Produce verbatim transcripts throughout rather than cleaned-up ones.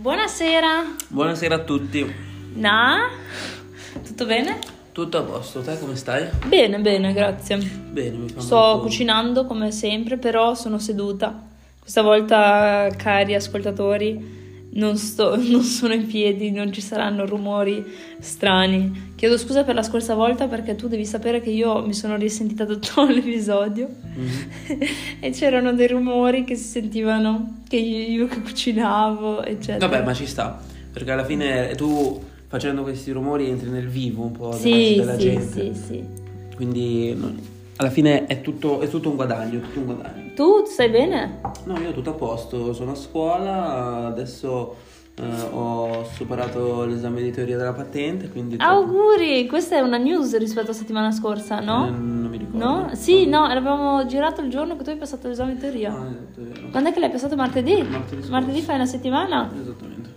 Buonasera. Buonasera a tutti. Na? Tutto bene? Tutto a posto, te come stai? Bene, bene, grazie. Bene, mi fa Sto molto... cucinando come sempre, però sono seduta. Questa volta, cari ascoltatori, non, sto, non sono in piedi, non ci saranno rumori strani. Chiedo scusa per la scorsa volta perché tu devi sapere che io mi sono risentita tutto l'episodio mm-hmm. e c'erano dei rumori che si sentivano, che io, io che cucinavo, eccetera. Vabbè, ma ci sta, perché alla fine tu facendo questi rumori entri nel vivo un po' sì, della, della sì, gente. Sì, sì, Quindi no, alla fine è tutto, è tutto un guadagno, tutto un guadagno. Tu stai bene? No, io tutto a posto, sono a scuola, adesso eh, ho superato l'esame di teoria della patente, quindi... Auguri! Questa è una news rispetto a settimana scorsa, no? Eh, non mi ricordo. No? Sì, no, l'avevamo girato il giorno che tu hai passato l'esame di teoria. Ah, esatto, è vero. Quando è che l'hai passato? Martedì? Martedì, Martedì fai una settimana? Esattamente.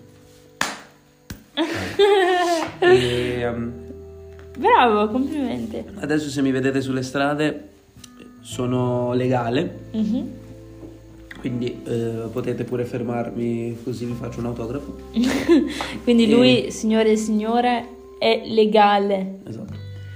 e, um, Bravo, complimenti. adesso se mi vedete sulle strade sono legale, Mm-hmm. quindi eh, potete pure fermarmi così vi faccio un autografo. Quindi E- lui, signore e signore, è legale. Esatto.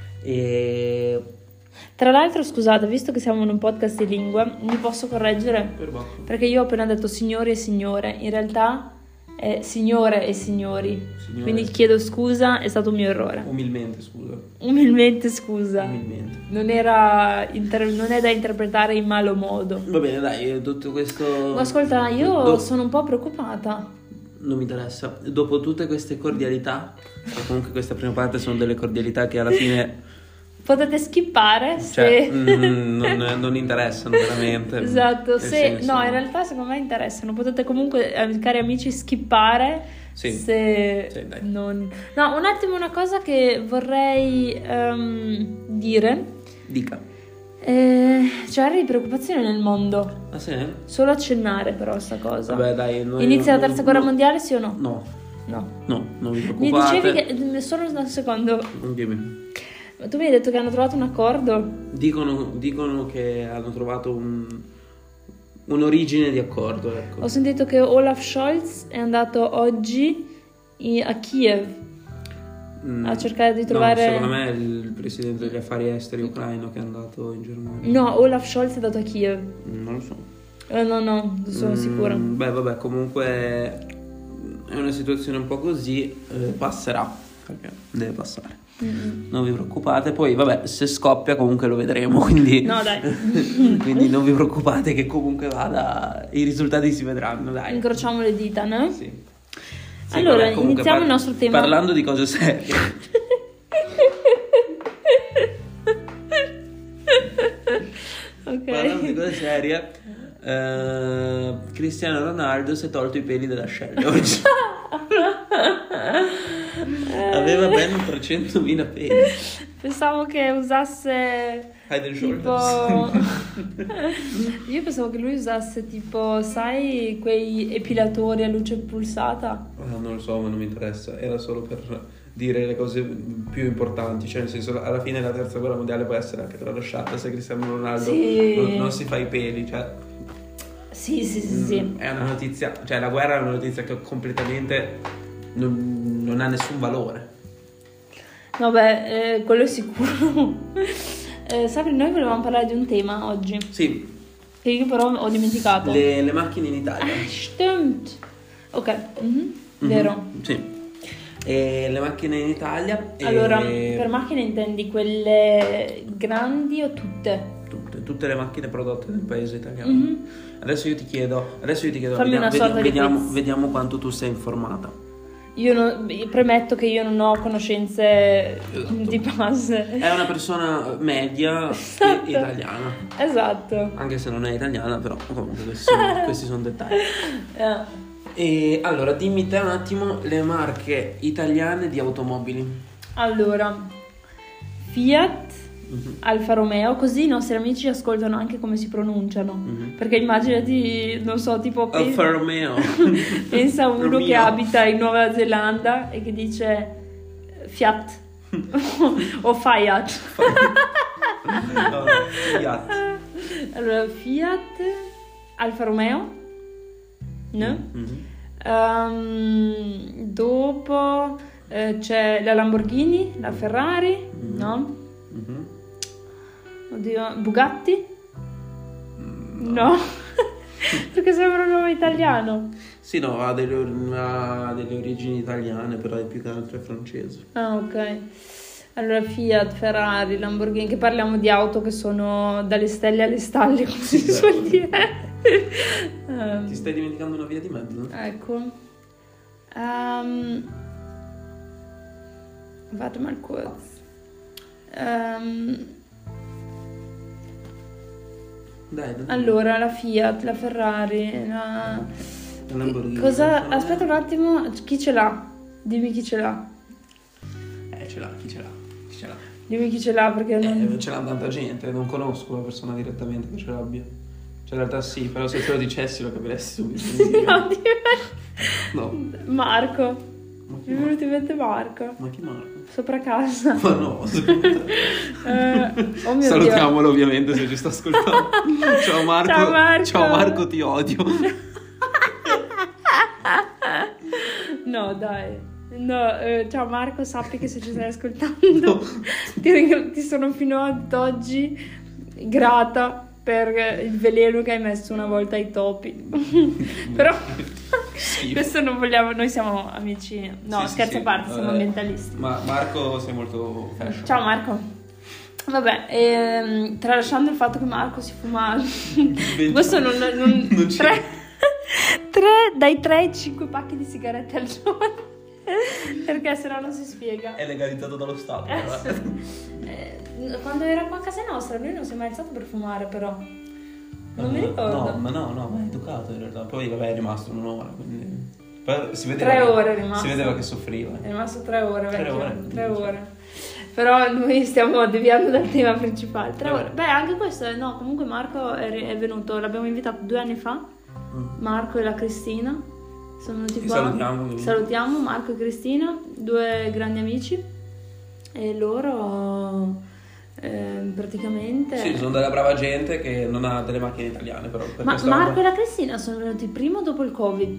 E Tra l'altro, scusate, visto che siamo in un podcast di lingue, mi posso correggere? per bocca. Perché io ho appena detto signori e signore, in realtà è signore e signori. Signore. Quindi chiedo scusa, è stato un mio errore. Umilmente, scusa. Umilmente scusa. Umilmente. Non era inter- non è da interpretare in malo modo. Va bene, dai, tutto questo... Ma ascolta, io Do- sono un po' preoccupata. Non mi interessa. Dopo tutte queste cordialità, e comunque questa prima parte sono delle cordialità che alla fine... Potete skippare Cioè, se... mm, non, non interessano veramente. Esatto, Nel se... senso- No, in realtà secondo me interessano. Potete comunque, eh, cari amici, skippare Sì. se Sì, dai. non... No, un attimo, una cosa che vorrei ehm, dire. Dica. Eh, c'è preoccupazione nel mondo. Ah sì? Solo accennare però sta cosa. Vabbè, dai. noi- Inizia la non- terza guerra no- mondiale, sì o no? No, No. no, non vi Mi preoccupate. dicevi che... Solo un secondo. Dimmi. Tu mi hai detto che hanno trovato un accordo? Dicono, dicono che hanno trovato un, un'origine di accordo, ecco. Ho sentito che Olaf Scholz è andato oggi i- a Kiev Mm, a cercare di trovare... No, secondo me è il presidente degli affari esteri ucraino che è andato in Germania. No, Olaf Scholz è andato a Kiev. Mm, non lo so. Eh, no, no, sono Mm, sicura. Beh, vabbè, comunque è una situazione un po' così, eh, passerà, perché deve passare. Mm-mm. Non vi preoccupate, poi vabbè, se scoppia comunque lo vedremo, quindi No, dai. quindi non vi preoccupate che comunque vada, i risultati si vedranno, dai. Incrociamo le dita, no? Sì. Sì, Allora, vabbè, comunque iniziamo il nostro tema. Parlando di cose serie. Ok. Parlando di cose serie, eh, Cristiano Ronaldo si è tolto i peli dell'ascella oggi. Aveva ben trecentomila peli. Pensavo che usasse Head and tipo... Shoulders. Io pensavo che lui usasse tipo, sai, quei epilatori a luce pulsata. Ah, non lo so, ma non mi interessa. Era solo per dire le cose più importanti. Cioè, nel senso, alla fine la terza guerra mondiale può essere anche tralasciata se Cristiano Ronaldo Sì. non, non si fa i peli. Cioè, Sì, sì, sì, sì. mm, è una notizia. Cioè, la guerra è una notizia che completamente non, non ha nessun valore. Vabbè, eh, quello è sicuro. eh, Sabri, noi volevamo parlare di un tema oggi, Sì, che io però ho dimenticato. le, le macchine in Italia. Ah, stimmt. Ok, mhm, Mhm, vero. Sì. E le macchine in Italia. e- Allora, per macchine intendi quelle grandi o tutte? Tutte, tutte le macchine prodotte nel paese italiano. Mhm. Adesso io ti chiedo, adesso io ti chiedo, Fammi vediamo, una sorta di vediamo, quiz. vediamo quanto tu sei informata. Io non- premetto che io non ho conoscenze Esatto. di base. È una persona media Esatto. e- italiana, Esatto. anche se non è italiana, però comunque questi sono, questi sono dettagli. Eh, E allora, dimmi te un attimo le marche italiane di automobili. Allora, Fiat, Mhm. Alfa Romeo, così i nostri amici ascoltano anche come si pronunciano. Mhm. Perché immaginati, non so, tipo pe- Alfa Romeo. pensa a uno Romeo. che abita in Nuova Zelanda e che dice Fiat o Fiat. No, no, Fiat. Allora, Fiat, Alfa Romeo, no? Mhm. Ehm, dopo eh, c'è la Lamborghini, la Ferrari, Mhm. no? Mhm. Oddio, Bugatti? Mm, No, perché sembra un nome italiano. Sì, no, ha delle, ha delle origini italiane, però è più che altro è francese. Ah, ok. Allora, Fiat, Ferrari, Lamborghini, che parliamo di auto che sono dalle stelle alle stalle, come si Sì, suol beh. dire. Ehm, Ti stai dimenticando una via di mezzo? Ecco. Ehm, warte mal kurz. Ehm, Dai, dai. allora, la Fiat, la Ferrari, la... La Lamborghini. Cosa? Sono- Aspetta un attimo, chi ce l'ha? Dimmi chi ce l'ha. Eh, ce l'ha, chi ce l'ha? Chi ce l'ha? Dimmi chi ce l'ha perché Eh, non... ce l'ha tanta gente, non conosco una persona direttamente che ce l'abbia. Cioè, in realtà sì, però se te lo dicessi lo capiresti subito. No, dimmi... No. Marco. Ma chi Mi è Marco? venuto in mente Marco. Ma chi Marco? Sopra casa. Ma no, secondo te? Eh, oh mio Salutiamolo ovviamente se ci sta ascoltando. Ciao Marco. Ciao Marco. Ciao Marco, ti odio. Dio. No, dai. No, eh, ciao Marco, sappi che se ci stai ascoltando No. ti, ring- ti sono fino ad oggi grata per il veleno che hai messo una volta ai topi. Però Schifo. questo non vogliamo, noi siamo amici. No, Sì, sì, scherzo sì. a parte, siamo Vabbè. ambientalisti. Ma Marco sei molto fashion. Ciao Marco. Vabbè, ehm, tralasciando il fatto che Marco si fuma questo non, non, Non c'è. tre, tre- dai tre ai cinque pacchi di sigarette al giorno perché sennò non si spiega. È legalizzato dallo Stato. Eh, però. sì. Eh, quando era qua a casa nostra lui non si è mai alzato per fumare, però non mi Eh, ricordo. No, ma no, no, ma è educato in realtà. Poi vabbè è rimasto un'ora, quindi... Però si vedeva Tre che- ore è rimasto. Si vedeva che soffriva. È rimasto tre ore, Tre vecchio. ore. Tre ore. Però noi stiamo deviando dal tema principale. Tre Vabbè. ore. Beh, anche questo, è- no, comunque Marco è, è venuto, l'abbiamo invitato due anni fa. Mm. Marco e la Cristina sono venuti Li qua. salutiamo, ovviamente. Salutiamo Marco e Cristina, due grandi amici. E loro eh, praticamente. Sì, sono della brava gente che non ha delle macchine italiane, però per Ma questa Marco roba- e la Cristina sono venuti prima o dopo il Covid?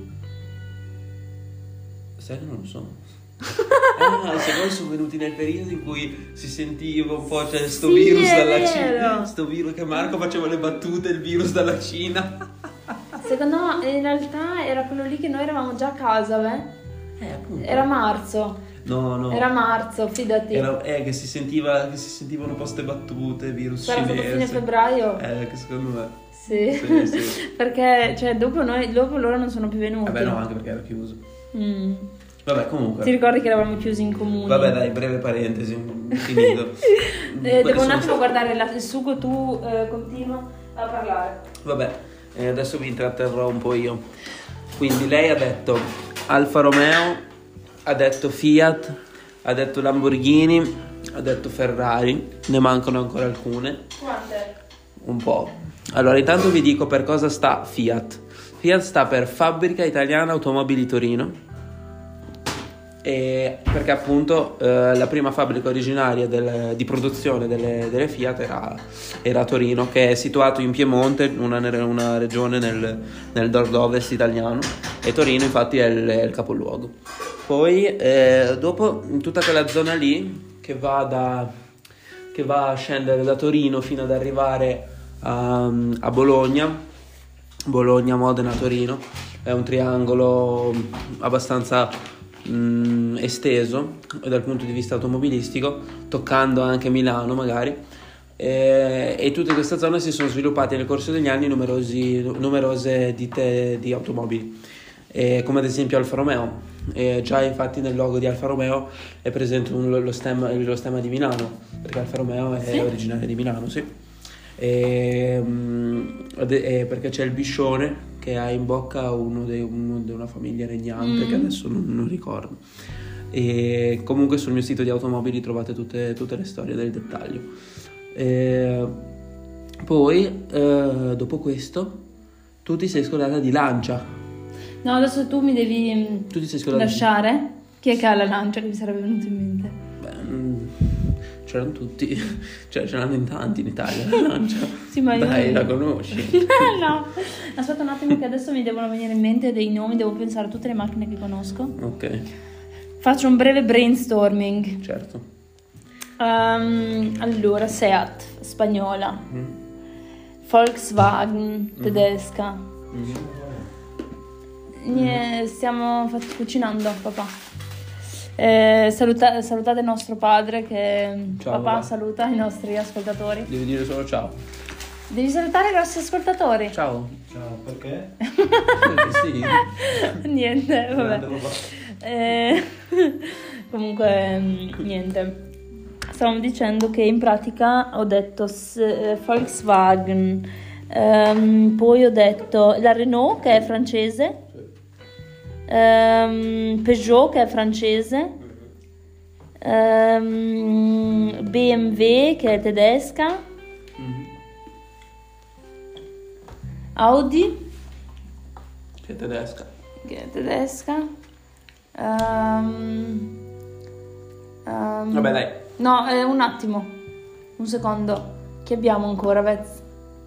Sai che non lo so. Ah, se poi sono venuti nel periodo in cui si sentiva un po', c'è sto Sì, virus è dalla vero. Cina, sto virus che Marco faceva le battute, il virus dalla Cina. Secondo me in realtà era quello lì che noi eravamo già a casa, beh? Eh, appunto. Era marzo. No, no. Era marzo, fidati. Era- eh, che si sentiva, che si sentivano un po' ste battute, virus Sarà stato cinese. fine febbraio. Eh, che secondo me. Sì. Sì, sì. Perché cioè dopo noi dopo loro non sono più venuti. Vabbè, no, anche perché era chiuso. Mm. Vabbè, comunque. Ti ricordi che eravamo chiusi in comune? Vabbè, dai, breve parentesi, finito. Eh, Quelle devo un sono- attimo guardare la- il sugo, tu eh, continua a parlare. Vabbè, eh, adesso vi intratterrò un po' io. Quindi lei ha detto Alfa Romeo, ha detto Fiat, ha detto Lamborghini, ha detto Ferrari, ne mancano ancora alcune, Quante? un po'. Allora, intanto vi dico per cosa sta Fiat. Fiat sta per Fabbrica Italiana Automobili Torino. E perché appunto eh, la prima fabbrica originaria del- di produzione delle, delle Fiat era, era a Torino, che è situato in Piemonte, una, una regione nel, nel nord-ovest italiano, e Torino infatti è il, è il capoluogo. Poi eh, dopo in tutta quella zona lì che va, da, che va a scendere da Torino fino ad arrivare a, a Bologna, Bologna, Modena, Torino, è un triangolo abbastanza mh, esteso dal punto di vista automobilistico, toccando anche Milano magari, e, e tutte queste zone si sono sviluppate nel corso degli anni numerosi, numerose ditte di automobili, e come ad esempio Alfa Romeo. E già infatti nel logo di Alfa Romeo è presente un- lo, stemma, lo stemma di Milano, perché Alfa Romeo è Sì? originaria di Milano, sì. E, mm, ed è- e perché c'è il biscione che ha in bocca uno di uno di una famiglia regnante Mm. che adesso non, non ricordo. E comunque sul mio sito di automobili trovate tutte, tutte le storie del dettaglio. E poi eh, dopo questo tu ti sei scordata di Lancia. No, adesso tu mi devi mm, Tu ti sei scordata di- lasciare. Chi è che ha la lancia che mi sarebbe venuto in mente? Beh, mm, c'erano tutti, cioè ce l'hanno in tanti in Italia, la Lancia. Sì, ma io... Dai, la conosci? No, aspetta un attimo che adesso mi devono venire in mente dei nomi, devo pensare a tutte le macchine che conosco. Ok. Faccio un breve brainstorming. Certo. Um, allora, Seat, spagnola. Mm. Volkswagen, Mm. tedesca. Mm. Nie- stiamo fa- cucinando, papà. Eh, saluta- salutate il nostro padre che Ciao, papà papà. saluta i nostri ascoltatori. Devi dire solo ciao. Devi salutare i nostri ascoltatori. Ciao. Ciao, perché? Sì. Niente, vabbè. Grande papà. Eh, comunque, mm, niente. Stavamo dicendo che in pratica ho detto s- eh, Volkswagen, ehm, poi ho detto la Renault che è francese, ehm, Peugeot che è francese, ehm, B M W che è tedesca, Mm. Audi Che è tedesca. che è tedesca, ehm, ehm, Vabbè, dai. no, eh, un attimo, un secondo, che abbiamo ancora, Vez?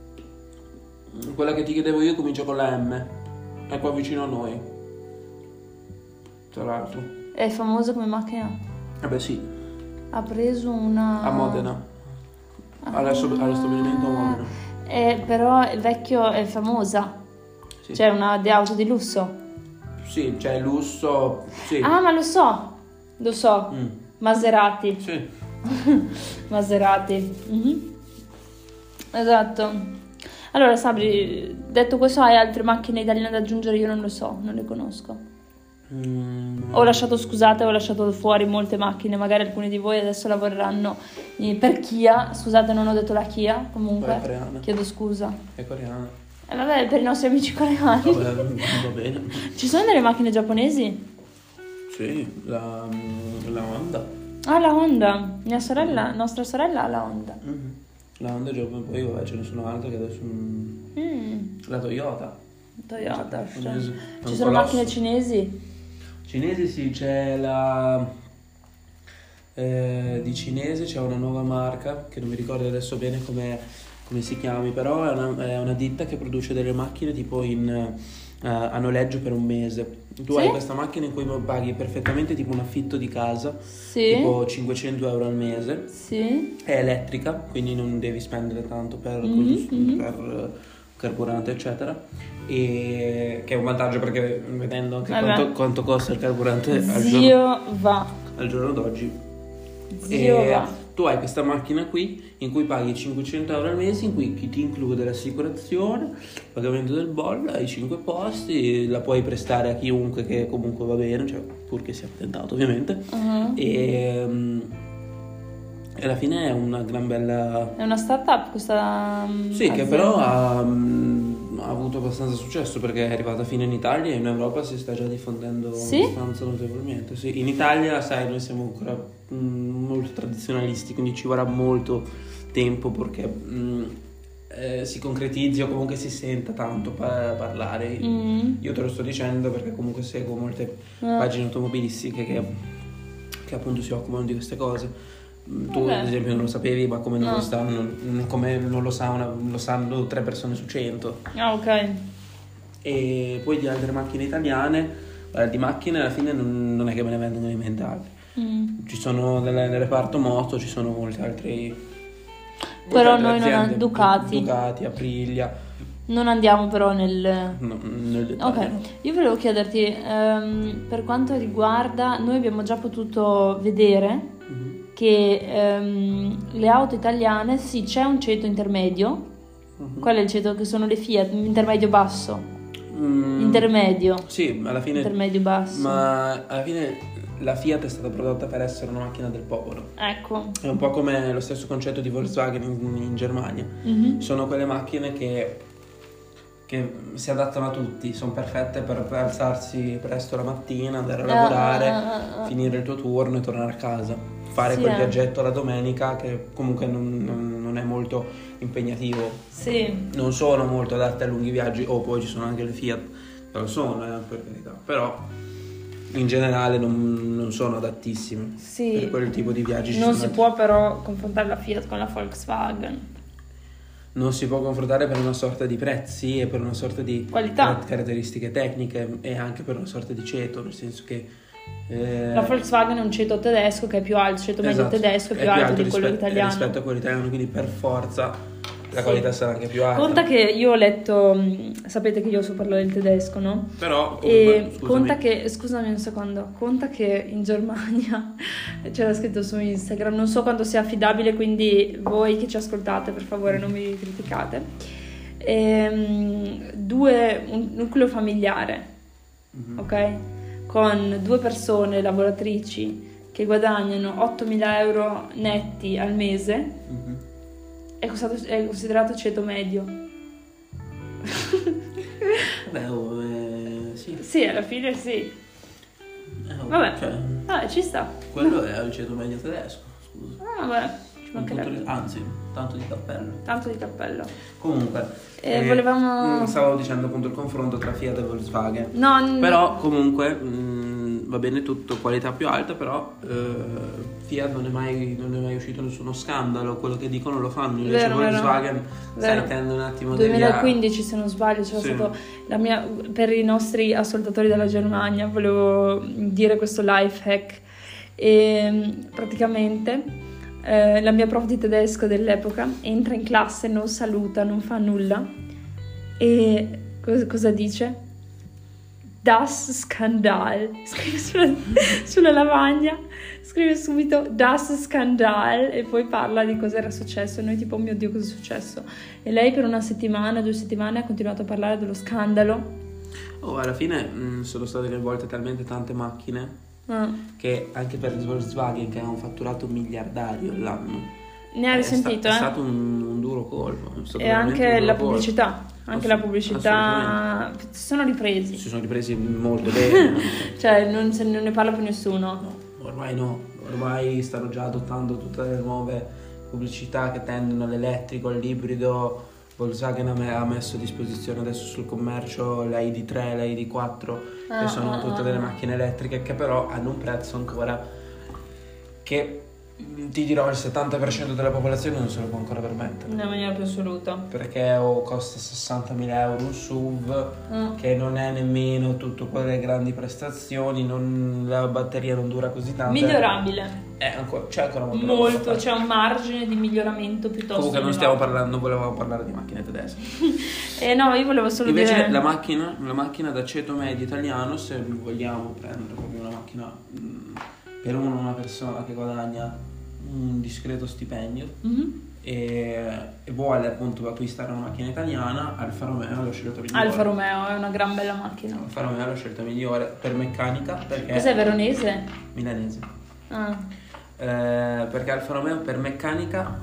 Quella che ti chiedevo io comincia con la M. È qua vicino a noi. Tra l'altro. È famosa come macchina? Vabbè, sì. Ha preso una... A Modena. Adesso allo stabilimento a Modena. Eh, però è vecchio, è famosa. Sì. Cioè una di auto di lusso. Sì, c'è lusso. Sì. Ah, ma lo so, lo so. Mm. Maserati. Sì. Maserati. Mhm. Esatto. Allora, Sabri, detto questo, hai altre macchine italiane da aggiungere? Io non lo so, non le conosco. Mm. Ho lasciato, scusate, ho lasciato fuori molte macchine, magari alcuni di voi adesso lavoreranno eh, per Kia. Scusate, non ho detto la Kia, comunque. È coreana. Chiedo scusa. È coreana. E vabbè, per i nostri amici coreani. Vabbè, va bene. Ci sono delle macchine giapponesi? Sì, la, la Honda. Ah, la Honda. Mia sorella, nostra sorella ha la Honda. Mhm. La Honda Giappone, poi vabbè, ce ne sono altre che adesso... mm, Mm, La Toyota. Toyota. Giapponese. cioè. È Ci un sono colosso. macchine cinesi? Cinesi sì, c'è la... eh, di cinese c'è una nuova marca, che non mi ricordo adesso bene come, come si chiami, però è una, è una ditta che produce delle macchine tipo in, eh, a noleggio per un mese. Tu Sì? hai questa macchina in cui paghi perfettamente tipo un affitto di casa, Sì. tipo cinquecento euro al mese. Sì. È elettrica, quindi non devi spendere tanto per, Mhm, mhm. per eh, carburante, eccetera. E che è un vantaggio perché vedendo anche Vabbè. quanto, quanto costa il carburante al giorno, Zio va. al giorno d'oggi. Zio E va. tu hai questa macchina qui in cui paghi cinquecento euro al mese, in cui ti include l'assicurazione, il pagamento del bollo, hai cinque posti, la puoi prestare a chiunque che comunque va bene, cioè purché sia patentato ovviamente. Mhm. E, mm, e alla fine è una gran bella... È una startup questa mm, Sì, che azienda. però ha, mm, ha avuto abbastanza successo perché è arrivata fino in Italia e in Europa si sta già diffondendo Sì? abbastanza notevolmente. Sì. In Italia, sai, noi siamo ancora mm, molto tradizionalisti, quindi ci vorrà molto tempo perché mm, eh, si concretizzi o comunque si senta tanto pa- parlare. Mm. Io te lo sto dicendo perché comunque seguo molte Ah. pagine automobilistiche che, che appunto si occupano di queste cose. Mm, Tu Vabbè. ad esempio non lo sapevi, ma come non No. lo sanno, mm, come non lo sa una- lo sanno tre persone su cento. Ah, ok. E poi di altre macchine italiane, eh, di macchine alla fine non, non è che me ne vengono in mente altre. Mm. Ci sono nel, nel reparto moto, ci sono molti altri. Però molte altre noi non aziende, ha- Ducati. Ducati, Aprilia. Non andiamo però nel... No, nel dettaglio. Ok, io volevo chiederti, ehm, per quanto riguarda, noi abbiamo già potuto vedere Mhm. che ehm, le auto italiane, sì, c'è un ceto intermedio. Mhm. Qual è il ceto? Che sono le Fiat, intermedio basso, Mm, intermedio, Sì, alla fine. intermedio basso. Ma alla fine la Fiat è stata prodotta per essere una macchina del popolo. Ecco. È un po' come lo stesso concetto di Volkswagen in, in Germania. Mhm. Sono quelle macchine che, che si adattano a tutti, sono perfette per, per alzarsi presto la mattina, andare a lavorare, Ah, ah, ah. finire il tuo turno e tornare a casa. Fare Sì, quel eh. viaggetto la domenica che comunque non, non- non è molto impegnativo. Sì. Non sono molto adatte a lunghi viaggi, o poi ci sono anche le Fiat che lo sono, eh, per carità. Però in generale non, non sono adattissime Sì. per quel tipo di viaggi. Ci Non sono si altri- può però confrontare la Fiat con la Volkswagen. Non si può confrontare per una sorta di prezzi e per una sorta di Qualità. car- caratteristiche tecniche e anche per una sorta di ceto, nel senso che eh, La Volkswagen è un ceto tedesco che è più alto, il ceto medio esatto, tedesco è più, alto di quello rispe- italiano. rispetto a quello italiano, quindi per forza la Sì. qualità sarà anche più alta. Conta che io ho letto, mh, sapete che io so parlare il tedesco, no? Però E comunque, scusami, conta che, scusami un secondo, conta che in Germania c'era scritto su Instagram, non so quanto sia affidabile, quindi voi che ci ascoltate per favore non mi criticate, ehm, due, un nucleo familiare, Mhm. ok? Con due persone lavoratrici che guadagnano ottomila euro netti al mese, Mhm. è, costato- è considerato ceto medio. Beh, oh, eh, sì. Sì, alla fine sì. Eh, oh, Vabbè, cioè, vabbè, ci sta. quello è il ceto medio tedesco, scusa. Ah, vabbè, ci Con tutto mancherebbe. il- anzi, tanto di cappello. Tanto di cappello. Comunque, Eh, volevamo- mm, stavo dicendo appunto il confronto tra Fiat e Volkswagen. No, n- Però comunque mm, va bene tutto, qualità più alta, però eh, Fiat non è, mai, non è mai uscito nessuno scandalo, quello che dicono lo fanno, invece Vero, vero. Volkswagen Vero. stai tende un attimo duemilaquindici se non sbaglio c'era Sì. stato la mia, per i nostri ascoltatori della Germania volevo dire questo life hack e praticamente eh, la mia prof di tedesco dell'epoca entra in classe, non saluta, non fa nulla e cos- cosa dice? Das Skandal, scrive sulla, sulla lavagna, scrive subito Das Skandal e poi parla di cosa era successo e noi tipo oh mio Dio cosa è successo e lei per una settimana, due settimane ha continuato a parlare dello scandalo. Oh, alla fine mh, sono state coinvolte talmente tante macchine Ah, che anche per il Volkswagen, che ha un fatturato miliardario l'anno, ne hai è, risentito sta- è eh? stato un, un duro colpo. È stato E veramente anche un la duro colpo. pubblicità, anche Assu- la pubblicità si sono ripresi, Si sono ripresi molto bene. cioè non, se- non ne parla più nessuno. No, ormai no, ormai stanno già adottando tutte le nuove pubblicità che tendono all'elettrico, all'ibrido. Volkswagen ha me- ha messo a disposizione adesso sul commercio la I D tre, la I D quattro, Ah, che sono ah, tutte ah. delle macchine elettriche che però hanno un prezzo ancora che mh, ti dirò il settanta per cento della popolazione non se lo può ancora permettere. Nella maniera più assoluta. Perché o costa sessantamila euro un S U V, Ah. che non è nemmeno tutto quelle grandi prestazioni, non- la batteria non dura così tanto. Migliorabile. È ancora, c'è ancora molto lavoro da Molto, fare. c'è un margine di miglioramento piuttosto Comunque non elevato. stiamo parlando, non volevamo parlare di macchine tedesche. Eh no, io volevo solo Invece dire la macchina, la macchina da ceto medio italiano, se vogliamo prendere proprio una macchina mh, per uno, una persona che guadagna un discreto stipendio Mhm. e, e vuole appunto acquistare una macchina italiana, Alfa Romeo è la scelta migliore. Alfa Romeo è una gran bella macchina. Alfa Romeo è la scelta migliore per meccanica perché Cos'è, veronese? milanese. Ah, Eh, perché Alfa Romeo per meccanica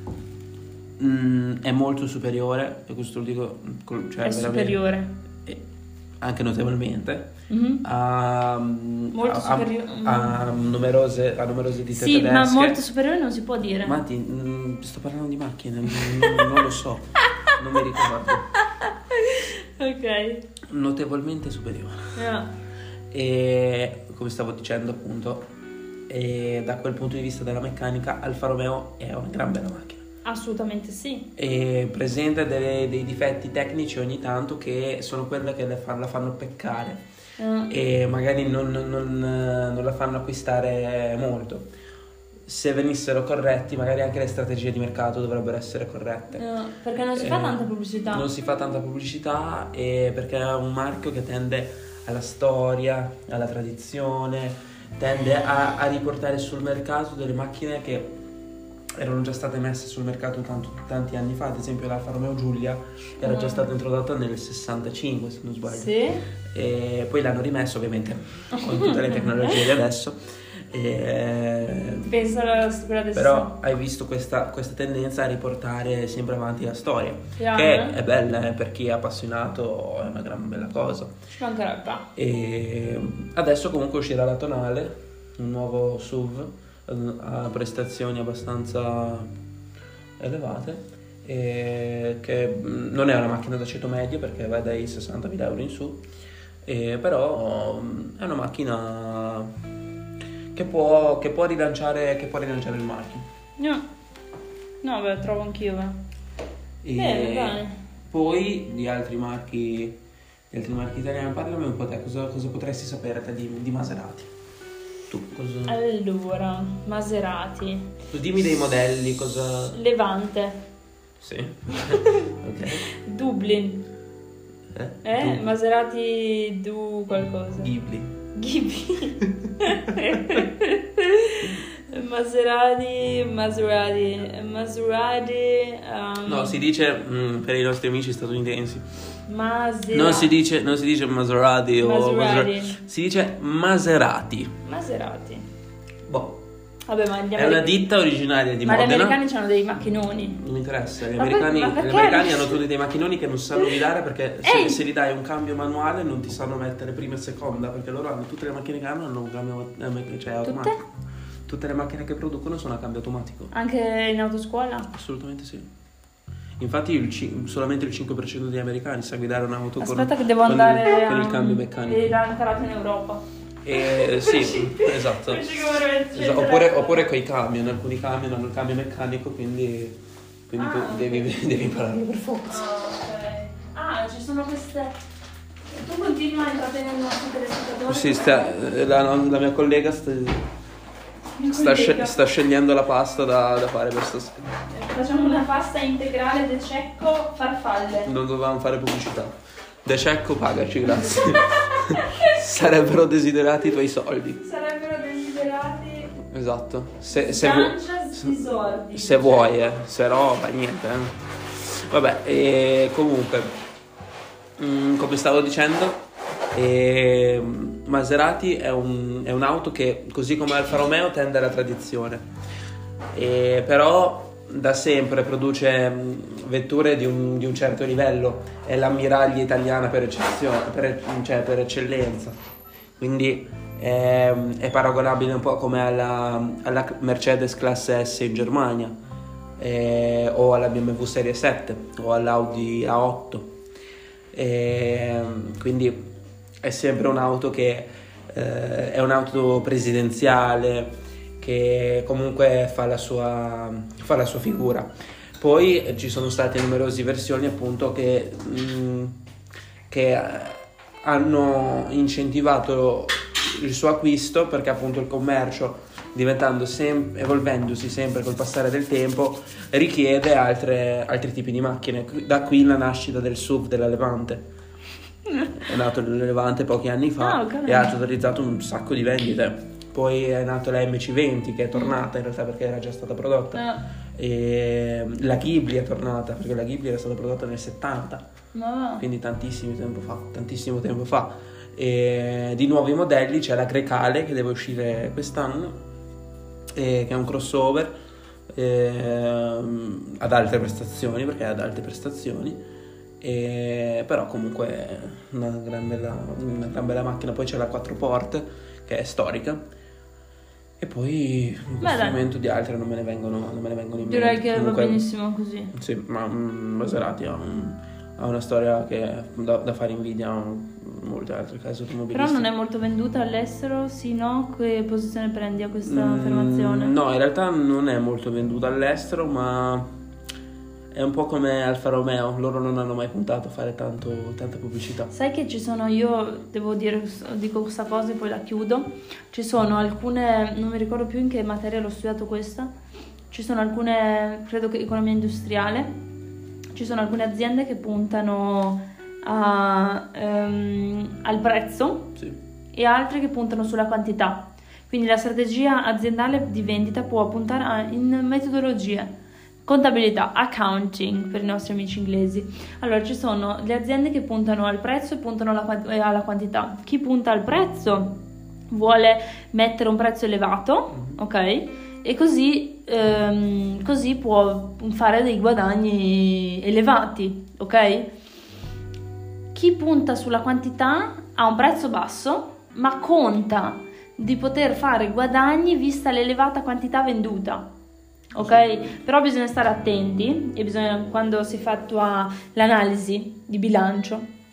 mh, è molto superiore, e questo lo dico col- cioè è veramente- superiore. eh, anche notevolmente Mhm. a, mh, Molto a- a- superiore. a numerose, a numerose ditte Sì, tedesche. ma molto superiore non si può dire. Matti, mh, sto parlando di macchine, non, non lo so, non mi ricordo. Ok. Notevolmente superiore. Ah. E come stavo dicendo appunto, e da quel punto di vista della meccanica Alfa Romeo è una gran bella macchina Assolutamente sì. e presenta delle- dei difetti tecnici ogni tanto che sono quelle che le fa- la fanno peccare Ah. e magari non, non- non- non la fanno acquistare molto. Se venissero corretti magari anche le strategie di mercato dovrebbero essere corrette. Ah, perché non si fa Eh, tanta pubblicità. Non si fa tanta pubblicità e perché è un marchio che tende alla storia, alla tradizione, tende a, a riportare sul mercato delle macchine che erano già state messe sul mercato tanto- tanti anni fa, ad esempio l'Alfa Romeo Giulia era già Mm. stata introdotta nel sessantacinque se non sbaglio, Sì. e poi l'hanno rimesso ovviamente con tutte le tecnologie di adesso. E, Penso alla quella adesso. però hai visto questa, questa tendenza a riportare sempre avanti la storia, Piano, che eh? è bella, eh, per chi è appassionato è una gran bella cosa. Ci mancherebbe. E adesso comunque uscirà la Tonale, un nuovo S U V a prestazioni abbastanza elevate, e che mh, non è una macchina da ceto medio perché va dai sessantamila euro in su, E però mm, è una macchina che può, che può rilanciare, che può rilanciare il marchio. No, no, beh, trovo anch'io. Beh. E Bene, bene. poi di altri marchi, di altri marchi italiani, parlami un po' te, cosa, cosa potresti sapere te di, di Maserati? Tu cosa? Allora, Maserati. Dimmi dei modelli, cosa... Levante. Sì. Ok. Dublin. Eh? Eh? Tu? Maserati du qualcosa. Ghibli. Ghibli. Maserati, Maserati, Maserati. Um, No, si dice mm, per i nostri amici statunitensi. Maserati. Non si dice, non si dice Maserati o Maserati. Maser- si dice Maserati. Maserati. Boh. Vabbè, ma gli È una ditta originaria di Ma gli Modena. americani hanno dei macchinoni. Non mi interessa, gli Ma poi- americani, ma gli perché? americani hanno tutti dei macchinoni che non sanno guidare perché se, Ehi! se gli dai un cambio manuale non ti sanno mettere prima e seconda, perché loro hanno tutte le macchine che hanno hanno un cambio eh, cioè automatico. Tutte le macchine che producono sono a cambio automatico. Anche in autoscuola? Assolutamente sì. Infatti il ci- solamente il cinque per cento degli americani sa guidare un'auto con, Aspetta che devo con andare il, con il a- cambio meccanico. Devi dare un'entrata in Europa. E, sì, esatto. Esatto, Oppure, oppure coi camion, alcuni camion hanno il cambio meccanico, quindi, quindi Ah, tu ok. devi, devi impararlo per forza. Ah, ok. Ah, ci sono queste... Tu continui a intrattenere il nostro telespettatore? Sì, sta- la, la mia collega sta, sta, sce- sta scegliendo la pasta da, da fare per stasera. Facciamo una pasta integrale de cecco farfalle. Non dovevamo fare pubblicità. De Cecco, pagaci, grazie. Sarebbero desiderati i tuoi soldi. Sarebbero desiderati... Esatto. Se, se, vu- Gancia sbisordi. se vuoi, eh. Se no, fa niente. Eh. Vabbè, e comunque, mm, come stavo dicendo, e, Maserati è, un, è un'auto che, così come Alfa Romeo, tende alla tradizione. E, però da sempre produce mh, vetture di un, di un certo livello, è l'ammiraglia italiana per eccezione, per, cioè per eccellenza, quindi è, è paragonabile un po' come alla, alla Mercedes classe S in Germania, eh, o alla B M W Serie sette o all'Audi A otto, e, quindi è sempre un'auto che eh, è un'auto presidenziale, che comunque fa la sua, fa la sua figura. Poi ci sono state numerose versioni appunto che, mh, che hanno incentivato il suo acquisto, perché appunto il commercio, diventando sempre, evolvendosi sempre col passare del tempo, richiede altre, altri tipi di macchine. Da qui la nascita del S U V della Levante. È nato il Levante pochi anni fa Ah, ok. e ha totalizzato un sacco di vendite. Poi è nato la M C venti, che è tornata in realtà perché era già stata prodotta. Ah, E la Ghibli è tornata perché la Ghibli era stata prodotta nel settanta, ma... quindi tantissimo tempo fa, tantissimo tempo fa. E di nuovi modelli c'è la Grecale che deve uscire quest'anno, e che è un crossover ehm, ad alte prestazioni, perché è ad alte prestazioni, e, però comunque è una gran bella, una gran bella macchina. Poi c'è la quattro porte che è storica. E poi in questo dai. momento di altre non me ne vengono, non me ne vengono in Direi mente. che Comunque, va benissimo così. sì, ma mm, Maserati ha, un- ha una storia che da, da fare invidia a molte altre case automobilistiche. Però non è molto venduta all'estero, sì, no? Che posizione prendi a questa Mm, affermazione? No, in realtà non è molto venduta all'estero, ma è un po' come Alfa Romeo, loro non hanno mai puntato a fare tanto, tanta pubblicità. Sai che ci sono, io devo dire, dico questa cosa e poi la chiudo. Ci sono alcune, non mi ricordo più in che materia l'ho studiato questa, ci sono alcune, credo che economia industriale, ci sono alcune aziende che puntano a, ehm, al prezzo Sì. e altre che puntano sulla quantità. Quindi la strategia aziendale di vendita può puntare a, in metodologie. Contabilità, accounting per i nostri amici inglesi. Allora, ci sono le aziende che puntano al prezzo e puntano alla, quant- eh, alla quantità. Chi punta al prezzo vuole mettere un prezzo elevato, ok? E così, ehm, così può fare dei guadagni elevati, ok? Chi punta sulla quantità ha un prezzo basso, ma conta di poter fare guadagni vista l'elevata quantità venduta. Ok? Però bisogna stare attenti e bisogna, quando si effettua l'analisi di bilancio,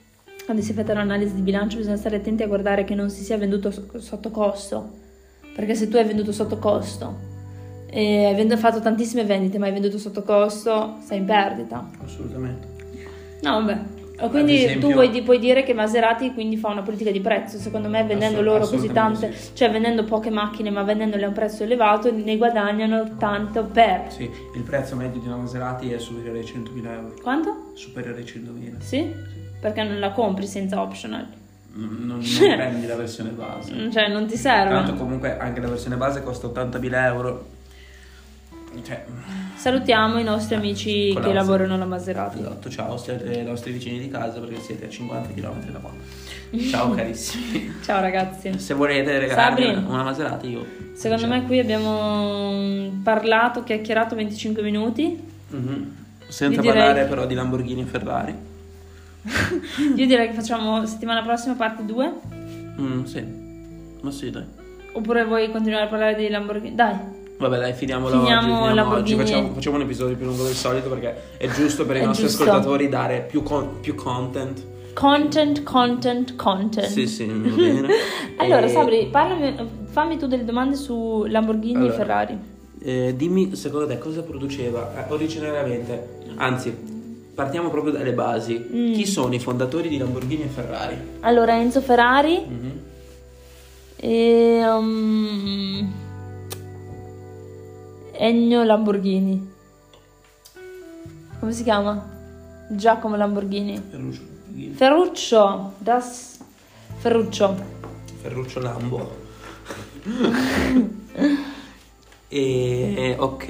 quando si fa l'analisi di bilancio bisogna stare attenti a guardare che non si sia venduto sotto costo, perché se tu hai venduto sotto costo e avendo fatto tantissime vendite ma hai venduto sotto costo, sei in perdita. Assolutamente. No, vabbè. Quindi esempio, tu vuoi, puoi dire che Maserati quindi fa una politica di prezzo, secondo me vendendo assolut- loro così tante, sì. cioè vendendo poche macchine ma vendendole a un prezzo elevato, ne guadagnano tanto per... Sì, il prezzo medio di una Maserati è superiore ai centomila euro. Quanto? Superiore ai centomila. Sì? Sì. Perché non la compri senza optional? Non, non, non prendi la versione base. Cioè non ti serve. Tanto comunque anche la versione base costa ottantamila euro. Cioè, salutiamo i nostri amici Colazzo. che lavorano alla Maserati. Esatto, ciao, siete i nostri vicini di casa perché siete a cinquanta chilometri da qua. Ciao carissimi. Ciao ragazzi. Se volete regalarmi Sabri, una Maserati io. Secondo ciao. me qui abbiamo parlato, chiacchierato venticinque minuti. Mm-hmm. Senza Io parlare direi... però di Lamborghini e Ferrari. Io direi che facciamo settimana prossima parte due. Mm, sì. Ma sì, dai. Oppure vuoi continuare a parlare di Lamborghini? Dai. Vabbè dai, finiamola Finiamo oggi, finiamo Lamborghini. oggi. Facciamo, facciamo un episodio più lungo del solito perché è giusto per i È nostri giusto. ascoltatori dare più, con- più content. Content, content, content. Sì, sì, va bene. Allora, E- Sabri, parlami, fammi tu delle domande su Lamborghini Allora, e Ferrari. Eh, dimmi, secondo te, cosa produceva eh, originariamente? Anzi, partiamo proprio dalle basi. Mm. Chi sono i fondatori di Lamborghini e Ferrari? Allora, Enzo Ferrari Mhm. e um, Ennio Lamborghini. Come si chiama? Giacomo Lamborghini. Ferruccio Lamborghini. Ferruccio, das Ferruccio. Ferruccio Lambo. E ok.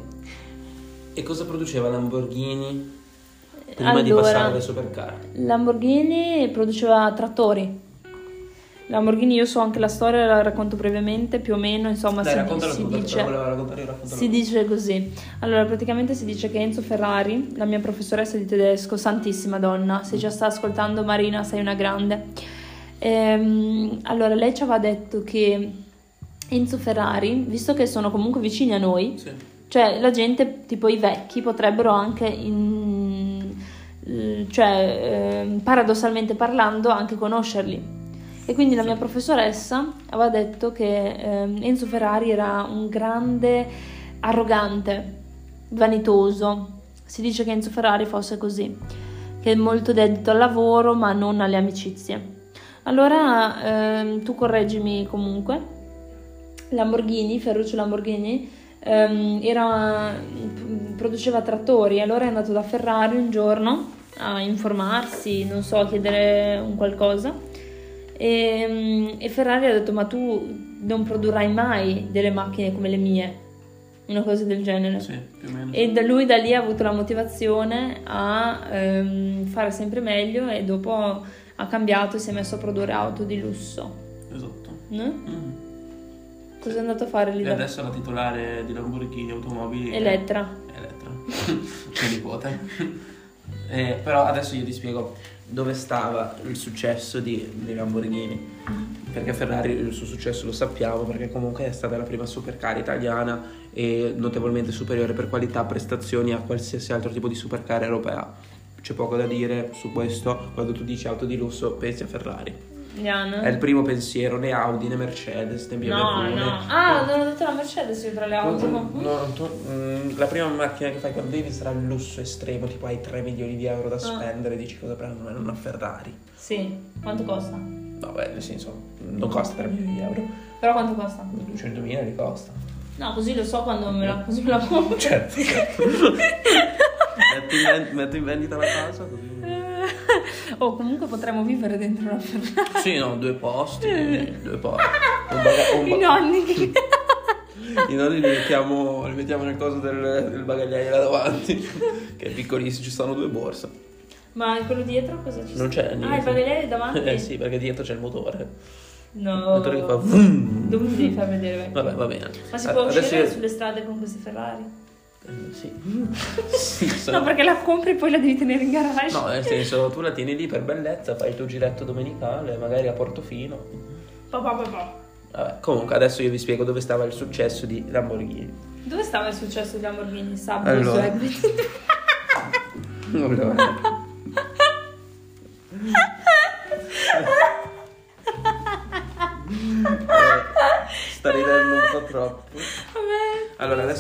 E cosa produceva Lamborghini prima di Allora, passare alle supercar? Lamborghini produceva trattori. Lamborghini, io so anche la storia, la racconto brevemente, più o meno, insomma, Dai, si, raccontala si tu, perché dice, te la volevo raccontare io, raccontala si tu. dice così. Allora, praticamente si dice che Enzo Ferrari, la mia professoressa di tedesco, santissima donna, se ci sta ascoltando Marina, sei una grande. Ehm, allora, lei ci aveva detto che Enzo Ferrari, visto che sono comunque vicini a noi, Sì. cioè la gente, tipo i vecchi, potrebbero anche, in, cioè eh, paradossalmente parlando, anche conoscerli. E quindi la mia professoressa aveva detto che eh, Enzo Ferrari era un grande arrogante, vanitoso. Si dice che Enzo Ferrari fosse così, che è molto dedito al lavoro ma non alle amicizie. Allora ehm, tu correggimi comunque. Lamborghini, Ferruccio Lamborghini, ehm, era, produceva trattori, allora è andato da Ferrari un giorno a informarsi, non so, a chiedere un qualcosa. E, e Ferrari ha detto: ma tu non produrrai mai delle macchine come le mie, una cosa del genere. Sì, più o meno. E da lui da lì ha avuto la motivazione a ehm, fare sempre meglio e dopo ha cambiato e si è messo a produrre auto di lusso. Esatto. No? Mm. Cosa è andato a fare lì? E da- adesso la titolare di Lamborghini Automobili è- Elettra. Elettra. Mia nipote. Eh, però adesso io ti spiego dove stava il successo di, di Lamborghini. Perché Ferrari il suo successo lo sappiamo, perché comunque è stata la prima supercar italiana e notevolmente superiore per qualità, prestazioni a qualsiasi altro tipo di supercar europea. C'è poco da dire su questo. Quando tu dici auto di lusso pensi a Ferrari. Diana? È il primo pensiero, né Audi né Mercedes né B M W. No, né- no. Ah, non ho detto la Mercedes io tra le auto. No, no, tu- mm, la prima macchina che fai quando devi sarà il lusso estremo, tipo hai tre milioni di euro da spendere, dici cosa prendo? Ma una Ferrari. Sì. Quanto costa? No, beh, nel senso, non costa tre milioni di euro, Però quanto costa? duecentomila li costa. No, così lo so quando me la, così me la compro. Certo. metti, in ven- metti in vendita la casa così. Oh, comunque potremmo vivere dentro una Ferrari. Sì, no, due posti, due posti. Un baga- un ba- I nonni. I nonni li mettiamo, li mettiamo nel coso del, del bagagliaio là davanti, che è piccolissimo, ci stanno due borse. Ma quello dietro cosa ci Non sta? c'è Ah, niente. il bagagliaio davanti? Eh sì, perché dietro c'è il motore. No. Il motore che fa vroom. Dove mi devi far vedere? vecchio? Vabbè, va bene. Ma si può Adesso uscire io- sulle strade con questi Ferrari? Eh, sì. Sì, sono- No, perché la compri e poi la devi tenere in garage. No, nel senso, tu la tieni lì per bellezza, fai il tuo giretto domenicale, magari a Portofino. Papà, papà. Vabbè, comunque adesso io vi spiego dove stava il successo di Lamborghini. Dove stava il successo di Lamborghini? Sabato Allora. allora. Allora.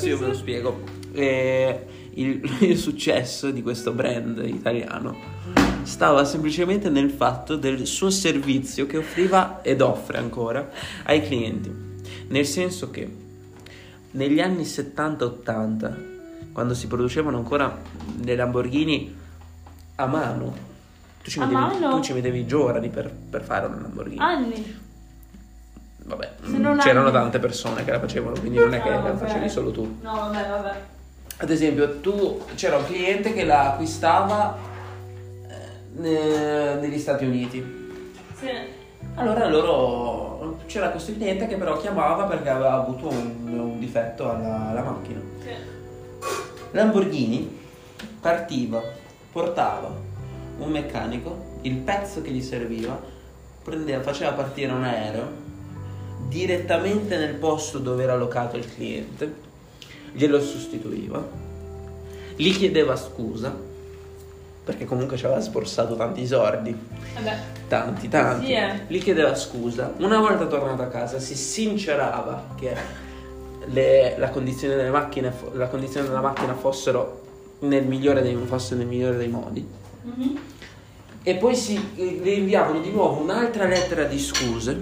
adesso io ve lo spiego. Eh, il, il successo di questo brand italiano stava semplicemente nel fatto del suo servizio che offriva ed offre ancora ai clienti. Nel senso che negli anni settanta ottanta, quando si producevano ancora le Lamborghini a mano, tu ci A mettevi, mano? tu ci mettevi giorni per, per fare una Lamborghini. Anni. Vabbè, Se non c'erano anni. tante persone che la facevano, quindi non è che No, la vabbè. facevi solo tu. No, vabbè, vabbè. Ad esempio, tu c'era un cliente che la acquistava eh, ne- negli Stati Uniti. Sì. Allora loro c'era questo cliente che però chiamava perché aveva avuto un, un difetto alla, alla macchina. Sì. Lamborghini partiva, portava un meccanico, il pezzo che gli serviva, prendeva, faceva partire un aereo direttamente nel posto dove era allocato il cliente, glielo sostituiva, gli chiedeva scusa perché comunque ci aveva sborsato tanti soldi, Vabbè. tanti tanti, Sì, eh. gli chiedeva scusa. Una volta tornato a casa si sincerava che le- la condizione delle macchine fo- la condizione della macchina fossero nel migliore dei, fosse nel migliore dei modi, Mhm. e poi si eh, le inviavano di nuovo un'altra lettera di scuse,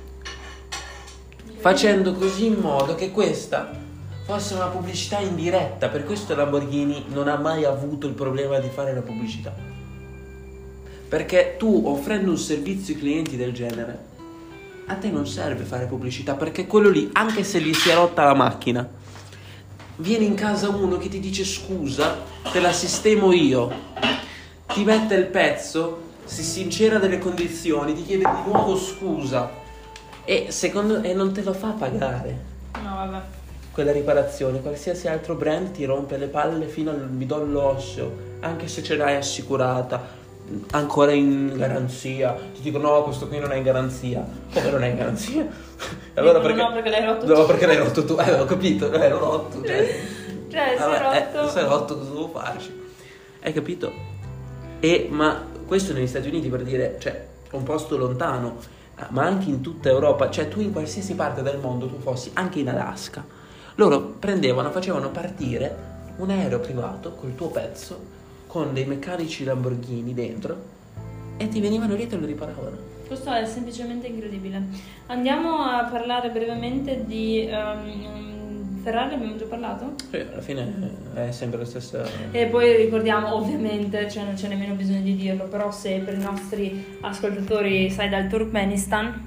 facendo così in modo che questa fosse una pubblicità indiretta. Per questo Lamborghini non ha mai avuto il problema di fare la pubblicità, perché tu, offrendo un servizio ai clienti del genere, a te non serve fare pubblicità, perché quello lì, anche se gli si è rotta la macchina, viene in casa uno che ti dice scusa, te la sistemo io, ti mette il pezzo, si sincera delle condizioni, ti chiede di nuovo scusa e secondo e non te lo fa pagare No, vabbè. quella riparazione. Qualsiasi altro brand ti rompe le palle fino al midollo osseo, anche se ce l'hai assicurata, ancora in garanzia, ti dicono no, questo qui non è in garanzia. Come non è in garanzia? Allora Dicono perché no, perché l'hai rotto no, tu. perché l'hai rotto tu? Eh, ho capito, l'hai rotto, cioè. Cioè, si Vabbè, è rotto. eh, si è rotto, cosa devo farci? Hai capito? E ma questo negli Stati Uniti, per dire, cioè, un posto lontano, eh, ma anche in tutta Europa, cioè tu in qualsiasi parte del mondo tu fossi, anche in Alaska, loro prendevano, facevano partire un aereo privato col tuo pezzo, con dei meccanici Lamborghini dentro, e ti venivano lì e te lo riparavano. Questo è semplicemente incredibile. Andiamo a parlare brevemente di ehm, Ferrari, abbiamo già parlato? Sì, alla fine è sempre la stessa. E poi ricordiamo, ovviamente, cioè non c'è nemmeno bisogno di dirlo, però se per i nostri ascoltatori sai dal Turkmenistan,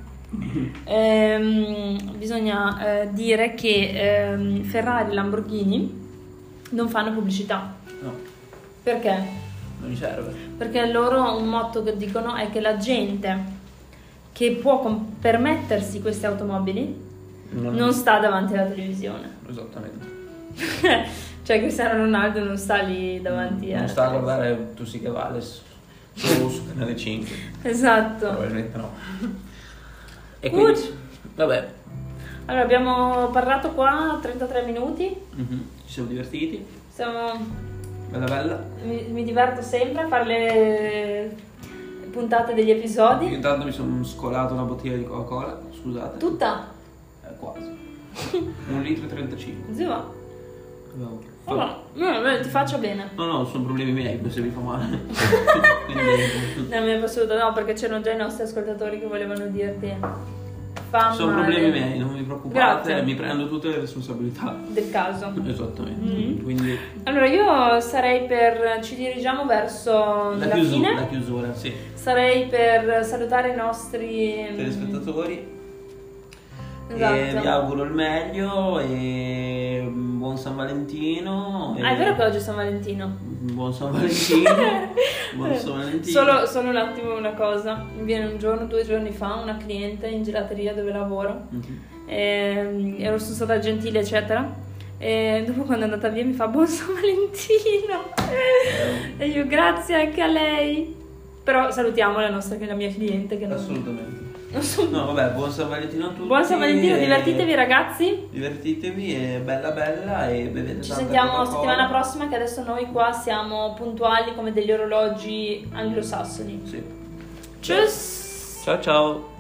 ehm, bisogna eh, dire che ehm, Ferrari e Lamborghini non fanno pubblicità. No, Perché? non gli serve. Perché loro un motto che dicono è che la gente che può com- permettersi queste automobili Non, non sta davanti alla televisione. Esattamente. Cioè Cristiano Ronaldo non sta lì davanti Non alla sta a televisione. guardare Tu sì che vales su, su canale cinque. Esatto. Probabilmente no. E Good. quindi, vabbè, Allora abbiamo parlato qua trentatré minuti. mhm, ci siamo divertiti. Siamo... Bella bella. mi, mi diverto sempre a fare le puntate degli Io episodi. intanto mi sono scolato una bottiglia di Coca-Cola, scusate. Tutta. Eh, quasi. Un litro e trentacinque. Zio, va. No, Allora, io ti faccio bene. no, no, sono problemi miei, se mi fa male. Quindi, No, mi è piaciuto, no, perché c'erano già i nostri ascoltatori che volevano dirti fa sono male. problemi miei, non vi preoccupate, Grazie. mi prendo tutte le responsabilità. Del caso. Esattamente. Mm. Quindi Allora io sarei per, ci dirigiamo verso la, la chiusura, fine, la chiusura, sì. sarei per salutare i nostri Telespettatori. Esatto. E vi auguro il meglio e buon San Valentino. E Ah, è vero che oggi è San Valentino. buon San Valentino. Buon San Valentino. Solo, solo un attimo una cosa, mi viene un giorno, due giorni fa, una cliente in gelateria dove lavoro, Mhm. e, ero sono stata gentile eccetera, e dopo quando è andata via mi fa buon San Valentino e io grazie anche a lei, però salutiamo la nostra, la mia cliente che non, Assolutamente. non so. No, vabbè, buon San Valentino a tutti. Buon San Valentino, e- divertitevi ragazzi, Divertitevi, è bella bella e bevete ci tanta sentiamo Coca-Cola. settimana prossima, che adesso noi qua siamo puntuali come degli orologi anglosassoni. Sì. Tschüss! Ciao ciao.